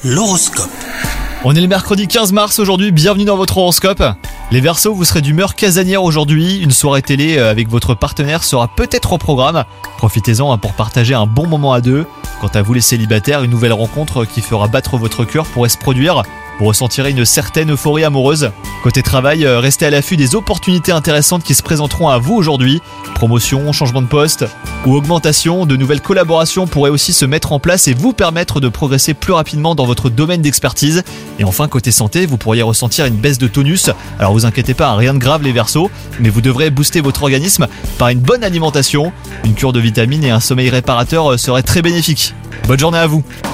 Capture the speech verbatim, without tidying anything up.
L'horoscope. On est le mercredi quinze mars aujourd'hui, bienvenue dans votre horoscope. Les Verseaux, vous serez d'humeur casanière aujourd'hui. Une soirée télé avec votre partenaire sera peut-être au programme. Profitez-en pour partager un bon moment à deux. Quant à vous les célibataires, une nouvelle rencontre qui fera battre votre cœur pourrait se produire. Vous ressentirez une certaine euphorie amoureuse. Côté travail, restez à l'affût des opportunités intéressantes qui se présenteront à vous aujourd'hui. Promotion, changement de poste ou augmentation, de nouvelles collaborations pourraient aussi se mettre en place et vous permettre de progresser plus rapidement dans votre domaine d'expertise. Et enfin, côté santé, vous pourriez ressentir une baisse de tonus. Alors vous inquiétez pas, rien de grave les Verseaux, mais vous devrez booster votre organisme par une bonne alimentation. Une cure de vitamines et un sommeil réparateur seraient très bénéfiques. Bonne journée à vous.